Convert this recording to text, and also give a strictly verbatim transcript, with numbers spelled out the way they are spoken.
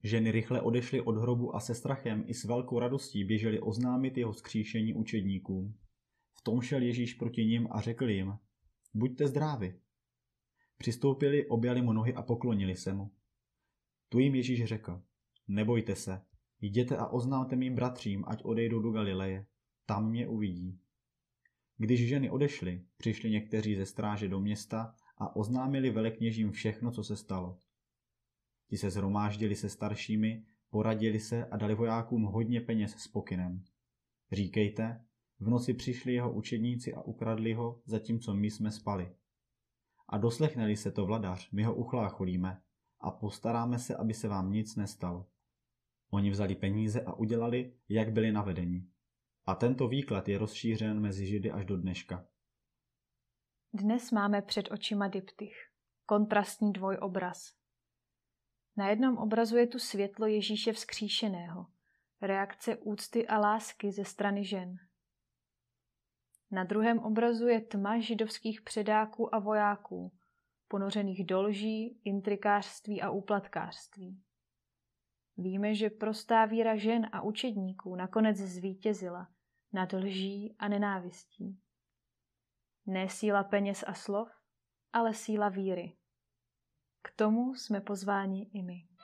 Ženy rychle odešly od hrobu a se strachem i s velkou radostí běžely oznámit jeho vzkříšení učedníkům. V tom šel Ježíš proti nim a řekl jim: Buďte zdraví. Přistoupili, objali mu nohy a poklonili se mu. Tu jim Ježíš řekl: Nebojte se, jděte a oznámte mým bratřím, ať odejdou do Galileje, tam mě uvidí. Když ženy odešly, přišli někteří ze stráže do města a oznámili velekněžím všechno, co se stalo. Ti se shromáždili se staršími, poradili se a dali vojákům hodně peněz s pokynem. Říkejte, v noci přišli jeho učedníci a ukradli ho, zatímco my jsme spali. A doslechne-li se to vladař, my ho uchlácholíme a postaráme se, aby se vám nic nestalo. Oni vzali peníze a udělali, jak byli navedeni. A tento výklad je rozšířen mezi Židy až do dneška. Dnes máme před očima diptych, kontrastní dvojobraz. Na jednom obrazu je tu světlo Ježíše vzkříšeného, reakce úcty a lásky ze strany žen. Na druhém obrazu je tma židovských předáků a vojáků, ponořených do lží, intrikářství a úplatkářství. Víme, že prostá víra žen a učedníků nakonec zvítězila nad lží a nenávistí. Ne síla peněz a slov, ale síla víry. K tomu jsme pozváni i my.